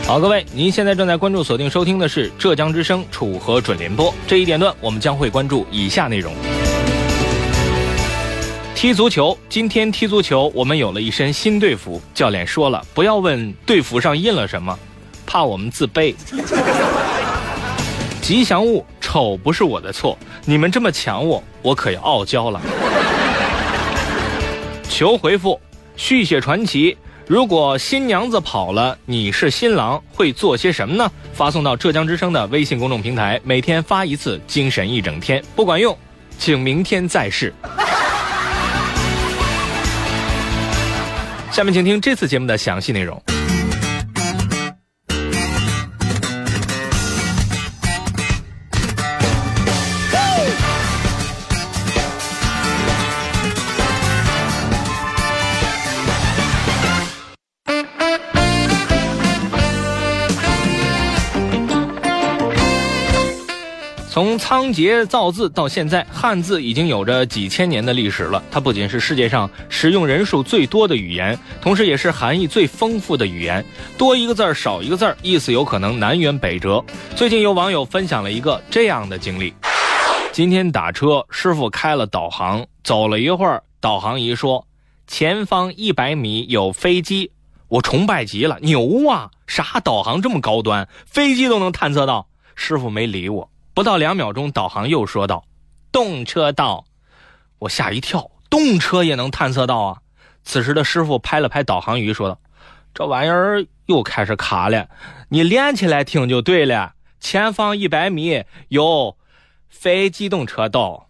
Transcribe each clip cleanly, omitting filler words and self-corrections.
好，各位，您现在正在关注、锁定收听的是浙江之声楚河准联播。这一点段，我们将会关注以下内容：踢足球，今天踢足球，我们有了一身新队服。教练说了，不要问队服上印了什么，怕我们自卑。吉祥物丑不是我的错，你们这么抢我，我可要傲娇了。求回复，续写传奇。如果新娘子跑了，你是新郎，会做些什么呢？发送到浙江之声的微信公众平台，每天发一次，精神一整天。不管用，请明天再试。下面请听这次节目的详细内容。从仓颉造字到现在，汉字已经有着几千年的历史了。它不仅是世界上使用人数最多的语言，同时也是含义最丰富的语言。多一个字儿少一个字儿，意思有可能南辕北辙。最近有网友分享了一个这样的经历：今天打车，师傅开了导航，走了一会儿，导航仪说前方100米有飞机。我崇拜极了，牛啊！啥导航这么高端，飞机都能探测到。师傅没理我。不到2秒钟，导航又说道动车道。我吓一跳，动车也能探测到啊！此时的师傅拍了拍导航仪说道，这玩意儿又开始卡了，你连起来听就对了，前方100米有非机动车道。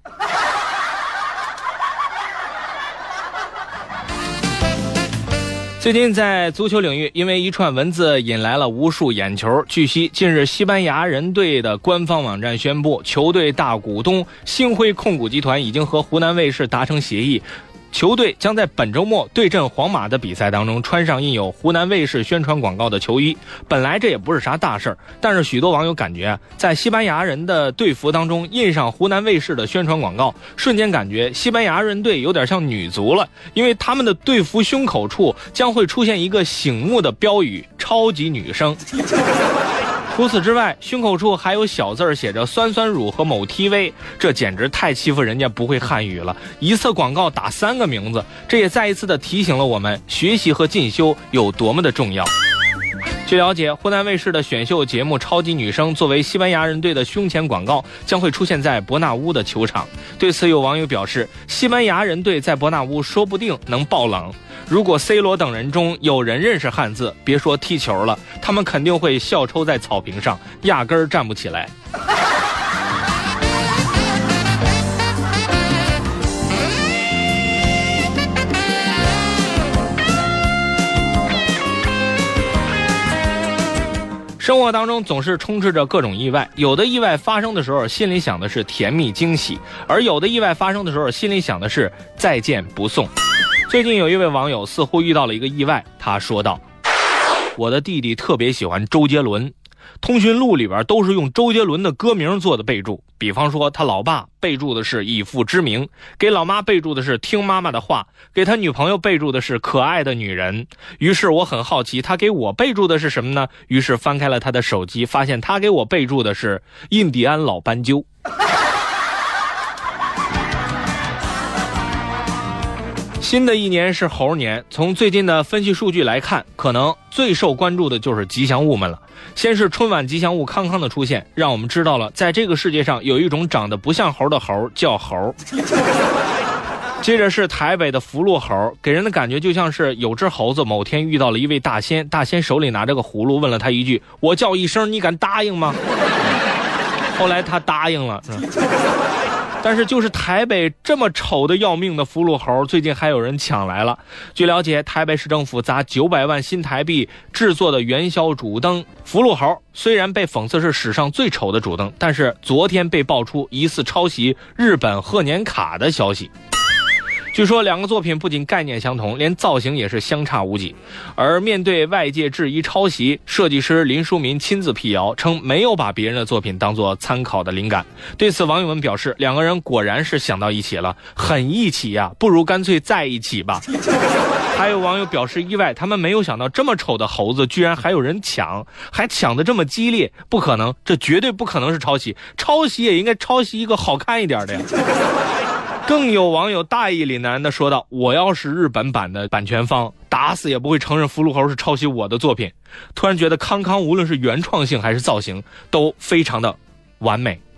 最近在足球领域，因为一串文字引来了无数眼球。据悉，近日西班牙人队的官方网站宣布，球队大股东星辉控股集团已经和湖南卫视达成协议，球队将在本周末对阵皇马的比赛当中穿上印有湖南卫视宣传广告的球衣。本来这也不是啥大事儿，但是许多网友感觉在西班牙人的队服当中印上湖南卫视的宣传广告，瞬间感觉西班牙人队有点像女足了，因为他们的队服胸口处将会出现一个醒目的标语，超级女生。除此之外，胸口处还有小字写着酸酸乳和某 TV， 这简直太欺负人家不会汉语了，一次广告打3个名字，这也再一次的提醒了我们学习和进修有多么的重要。据了解，湖南卫视的选秀节目《超级女声》作为西班牙人队的胸前广告，将会出现在伯纳乌的球场。对此，有网友表示，西班牙人队在伯纳乌说不定能爆冷。如果 C 罗等人中有人认识汉字，别说踢球了，他们肯定会笑抽在草坪上，压根儿站不起来。生活当中总是充斥着各种意外，有的意外发生的时候心里想的是甜蜜惊喜，而有的意外发生的时候心里想的是再见不送。最近有一位网友似乎遇到了一个意外，他说道，我的弟弟特别喜欢周杰伦，通讯录里边都是用周杰伦的歌名做的备注，比方说他老爸备注的是以父之名，给老妈备注的是听妈妈的话，给他女朋友备注的是可爱的女人。于是我很好奇他给我备注的是什么呢？于是翻开了他的手机，发现他给我备注的是印第安老斑鸠。新的一年是猴年，从最近的分析数据来看，可能最受关注的就是吉祥物们了。先是春晚吉祥物康康的出现，让我们知道了在这个世界上有一种长得不像猴的猴叫猴。接着是台北的福禄猴，给人的感觉就像是有只猴子某天遇到了一位大仙，大仙手里拿着个葫芦，问了他一句，我叫一声你敢答应吗？后来他答应了。但是就是台北这么丑的要命的福禄猴，最近还有人抢来了。据了解，台北市政府砸900万新台币制作的元宵主灯福禄猴，虽然被讽刺是史上最丑的主灯，但是昨天被爆出疑似抄袭日本贺年卡的消息。据据说两个作品不仅概念相同，连造型也是相差无几。而面对外界质疑抄袭，设计师林书民亲自辟谣，称没有把别人的作品当作参考的灵感。对此，网友们表示，两个人果然是想到一起了，很一起呀，不如干脆在一起吧。还有网友表示意外，他们没有想到这么丑的猴子居然还有人抢，还抢得这么激烈，不可能，这绝对不可能是抄袭，抄袭也应该抄袭一个好看一点的呀。更有网友大义凛然地说道，我要是日本版的版权方，打死也不会承认福禄猴是抄袭我的作品。突然觉得康康无论是原创性还是造型都非常的完美。